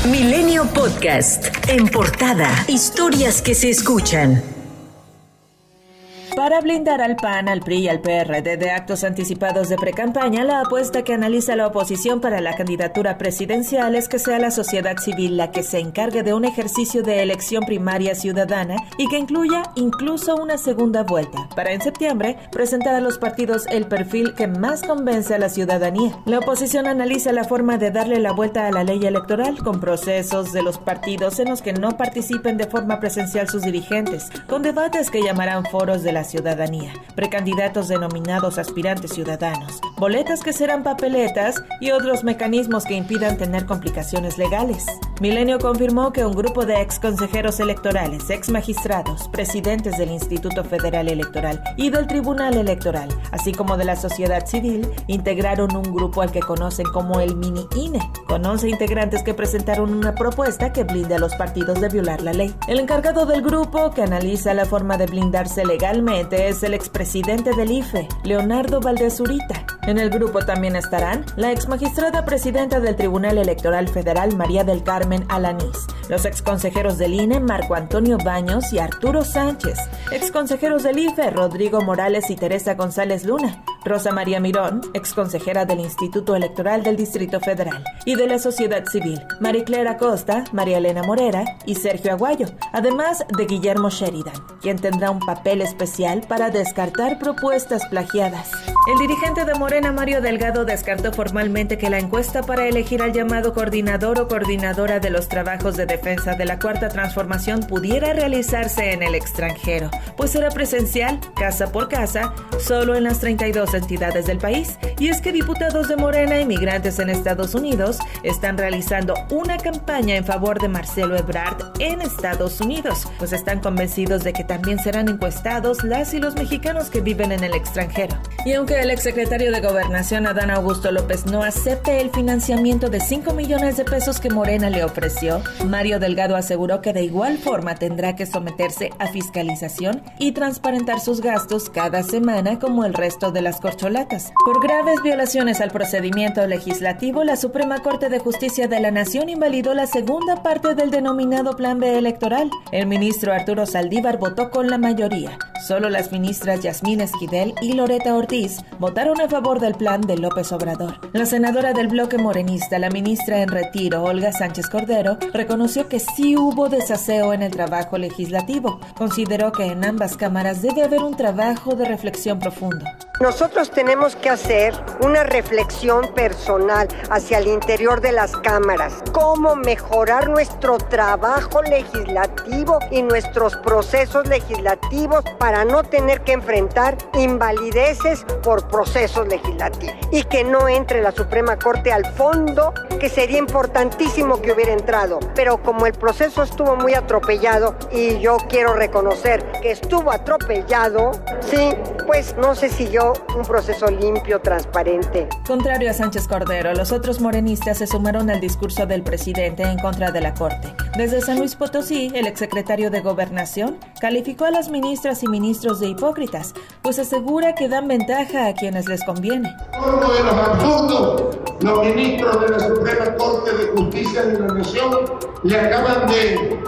Milenio Podcast. En portada, historias que se escuchan. Para blindar al PAN, al PRI y al PRD de actos anticipados de precampaña, la apuesta que analiza la oposición para la candidatura presidencial es que sea la sociedad civil la que se encargue de un ejercicio de elección primaria ciudadana y que incluya incluso una segunda vuelta, para en septiembre presentar a los partidos el perfil que más convence a la ciudadanía. La oposición analiza la forma de darle la vuelta a la ley electoral con procesos de los partidos en los que no participen de forma presencial sus dirigentes, con debates que llamarán foros de la ciudadanía, precandidatos denominados aspirantes ciudadanos, boletas que serán papeletas y otros mecanismos que impidan tener complicaciones legales. Milenio confirmó que un grupo de ex consejeros electorales, ex magistrados, presidentes del Instituto Federal Electoral y del Tribunal Electoral, así como de la sociedad civil, integraron un grupo al que conocen como el Mini INE, con 11 integrantes que presentaron una propuesta que blinde a los partidos de violar la ley. El encargado del grupo, que analiza la forma de blindarse legalmente, es el expresidente del IFE, Leonardo Valdés Zurita. En el grupo también estarán la exmagistrada presidenta del Tribunal Electoral Federal, María del Carmen Alanís, los exconsejeros del INE, Marco Antonio Baños y Arturo Sánchez, exconsejeros del IFE, Rodrigo Morales y Teresa González Luna, Rosa María Mirón, exconsejera del Instituto Electoral del Distrito Federal, y de la sociedad civil, Mariclera Costa, María Elena Morera y Sergio Aguayo, además de Guillermo Sheridan, quien tendrá un papel especial para descartar propuestas plagiadas. El dirigente de Morena, Mario Delgado, descartó formalmente que la encuesta para elegir al llamado coordinador o coordinadora de los trabajos de defensa de la Cuarta Transformación pudiera realizarse en el extranjero, pues será presencial, casa por casa, solo en las 32 entidades del país. Y es que diputados de Morena y migrantes en Estados Unidos están realizando una campaña en favor de Marcelo Ebrard en Estados Unidos, pues están convencidos de que también serán encuestados las y los mexicanos que viven en el extranjero. Y aunque el exsecretario de Gobernación, Adán Augusto López, no acepte el financiamiento de 5 millones de pesos que Morena le ofreció, Mario Delgado aseguró que de igual forma tendrá que someterse a fiscalización y transparentar sus gastos cada semana como el resto de las corcholatas. Por graves violaciones al procedimiento legislativo, la Suprema Corte de Justicia de la Nación invalidó la segunda parte del denominado Plan B electoral. El ministro Arturo Saldívar votó con la mayoría. Solo las ministras Yasmín Esquivel y Loreta Ortiz votaron a favor del plan de López Obrador. La senadora del bloque morenista, la ministra en retiro, Olga Sánchez Cordero, reconoció que sí hubo desaseo en el trabajo legislativo. Consideró que en ambas cámaras debe haber un trabajo de reflexión profundo. Nosotros tenemos que hacer una reflexión personal hacia el interior de las cámaras. Cómo mejorar nuestro trabajo legislativo y nuestros procesos legislativos para no tener que enfrentar invalideces por procesos legislativos. Y que no entre la Suprema Corte al fondo, que sería importantísimo que hubiera entrado. Pero como el proceso estuvo muy atropellado, y yo quiero reconocer que estuvo atropellado, sí, pues no se siguió un proceso limpio, transparente. Contrario a Sánchez Cordero, los otros morenistas se sumaron al discurso del presidente en contra de la Corte. Desde San Luis Potosí, el exsecretario de Gobernación calificó a las ministras y ministros de hipócritas, pues asegura que dan ventaja a quienes les conviene. Uno de los absurdos, los ministros de la Suprema Corte de Justicia de la Nación le acaban de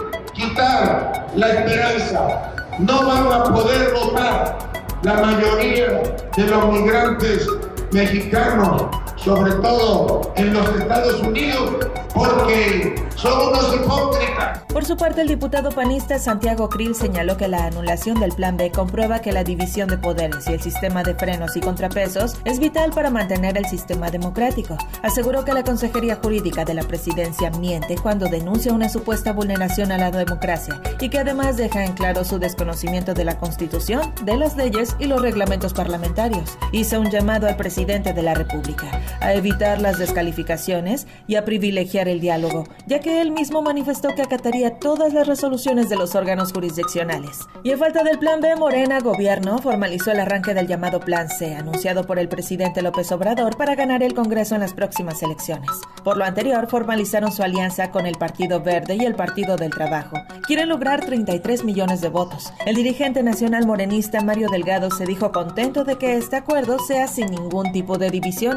quitar la esperanza. No van a poder votar la mayoría de los migrantes mexicanos, sobre todo en los Estados Unidos, porque son unos hipócritas. Por su parte, el diputado panista Santiago Krill señaló que la anulación del Plan B comprueba que la división de poderes y el sistema de frenos y contrapesos es vital para mantener el sistema democrático. Aseguró que la Consejería Jurídica de la Presidencia miente cuando denuncia una supuesta vulneración a la democracia y que además deja en claro su desconocimiento de la Constitución, de las leyes y los reglamentos parlamentarios. Hizo un llamado al presidente de la República a evitar las descalificaciones y a privilegiar el diálogo, ya que él mismo manifestó que acataría todas las resoluciones de los órganos jurisdiccionales. Y a falta del Plan B, Morena Gobierno formalizó el arranque del llamado Plan C, anunciado por el presidente López Obrador para ganar el Congreso en las próximas elecciones. Por lo anterior, formalizaron su alianza con el Partido Verde y el Partido del Trabajo. Quieren lograr 33 millones de votos. El dirigente nacional morenista Mario Delgado se dijo contento de que este acuerdo sea sin ningún tipo de divisiones. Que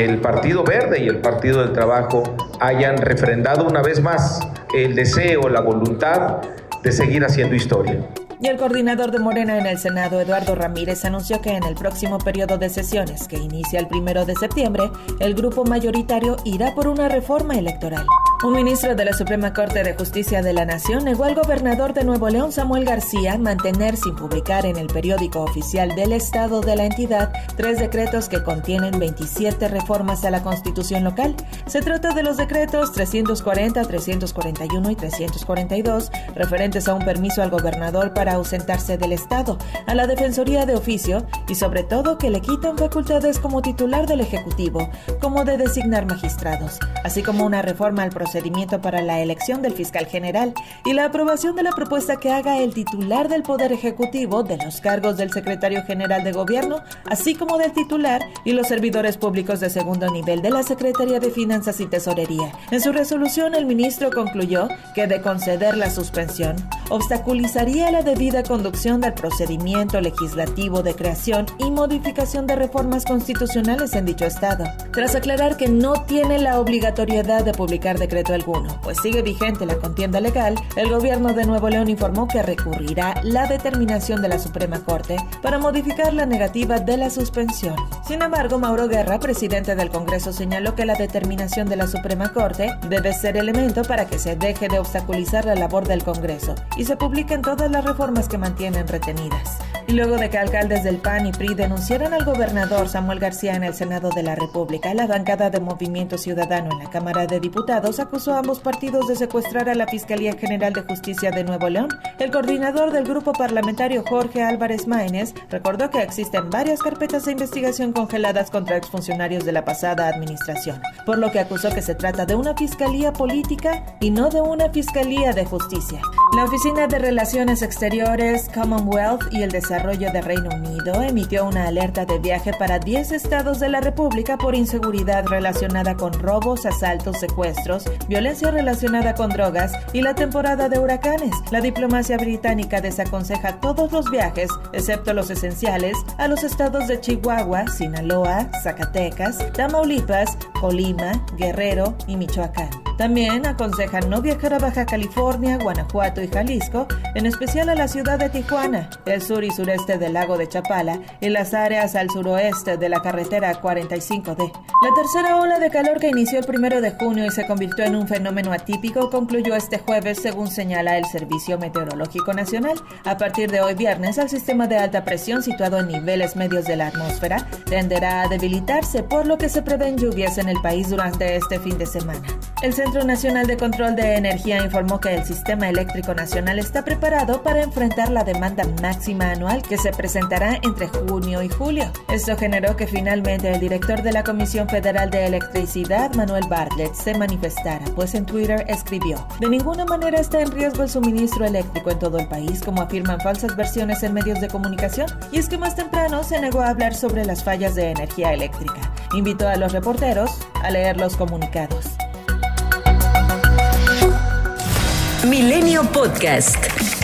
que el Partido Verde y el Partido del Trabajo hayan refrendado una vez más el deseo, la voluntad de seguir haciendo historia. Y el coordinador de Morena en el Senado, Eduardo Ramírez, anunció que en el próximo periodo de sesiones, que inicia el 1 de septiembre, el grupo mayoritario irá por una reforma electoral. Un ministro de la Suprema Corte de Justicia de la Nación negó al gobernador de Nuevo León, Samuel García, mantener sin publicar en el periódico oficial del Estado de la entidad 3 decretos que contienen 27 reformas a la Constitución local. Se trata de los decretos 340, 341 y 342, referentes a un permiso al gobernador para ausentarse del Estado, a la Defensoría de Oficio y sobre todo que le quitan facultades como titular del Ejecutivo, como de designar magistrados, así como una reforma al procedimiento para la elección del fiscal general y la aprobación de la propuesta que haga el titular del Poder Ejecutivo de los cargos del secretario general de Gobierno, así como del titular y los servidores públicos de segundo nivel de la Secretaría de Finanzas y Tesorería. En su resolución, el ministro concluyó que de conceder la suspensión, obstaculizaría la debida conducción del procedimiento legislativo de creación y modificación de reformas constitucionales en dicho estado. Tras aclarar que no tiene la obligatoriedad de publicar decreto alguno, pues sigue vigente la contienda legal, el gobierno de Nuevo León informó que recurrirá la determinación de la Suprema Corte para modificar la negativa de la suspensión. Sin embargo, Mauro Guerra, presidente del Congreso, señaló que la determinación de la Suprema Corte debe ser elemento para que se deje de obstaculizar la labor del Congreso y se publiquen todas las reformas que mantienen retenidas. Y luego de que alcaldes del PAN y PRI denunciaran al gobernador Samuel García en el Senado de la República, la bancada de Movimiento Ciudadano en la Cámara de Diputados acusó a ambos partidos de secuestrar a la Fiscalía General de Justicia de Nuevo León. El coordinador del grupo parlamentario, Jorge Álvarez Maínez, recordó que existen varias carpetas de investigación congeladas contra exfuncionarios de la pasada administración, por lo que acusó que se trata de una fiscalía política y no de una fiscalía de justicia. La Oficina de Relaciones Exteriores, Commonwealth y el Desarrollo de Reino Unido emitió una alerta de viaje para 10 estados de la República por inseguridad relacionada con robos, asaltos, secuestros, violencia relacionada con drogas y la temporada de huracanes. La diplomacia británica desaconseja todos los viajes, excepto los esenciales, a los estados de Chihuahua, Sinaloa, Zacatecas, Tamaulipas, Colima, Guerrero y Michoacán. También aconsejan no viajar a Baja California, Guanajuato y Jalisco, en especial a la ciudad de Tijuana, el sur y sureste del lago de Chapala y las áreas al suroeste de la carretera 45D. La tercera ola de calor que inició el 1 de junio y se convirtió en un fenómeno atípico concluyó este jueves, según señala el Servicio Meteorológico Nacional. A partir de hoy viernes, el sistema de alta presión situado en niveles medios de la atmósfera tenderá a debilitarse, por lo que se prevén lluvias en el país durante este fin de semana. El Centro Nacional de Control de Energía informó que el Sistema Eléctrico Nacional está preparado para enfrentar la demanda máxima anual que se presentará entre junio y julio. Esto generó que finalmente el director de la Comisión Federal de Electricidad, Manuel Bartlett, se manifestara, pues en Twitter escribió: "De ninguna manera está en riesgo el suministro eléctrico en todo el país, como afirman falsas versiones en medios de comunicación". Y es que más temprano se negó a hablar sobre las fallas de energía eléctrica. Invitó a los reporteros a leer los comunicados. Milenio Podcast.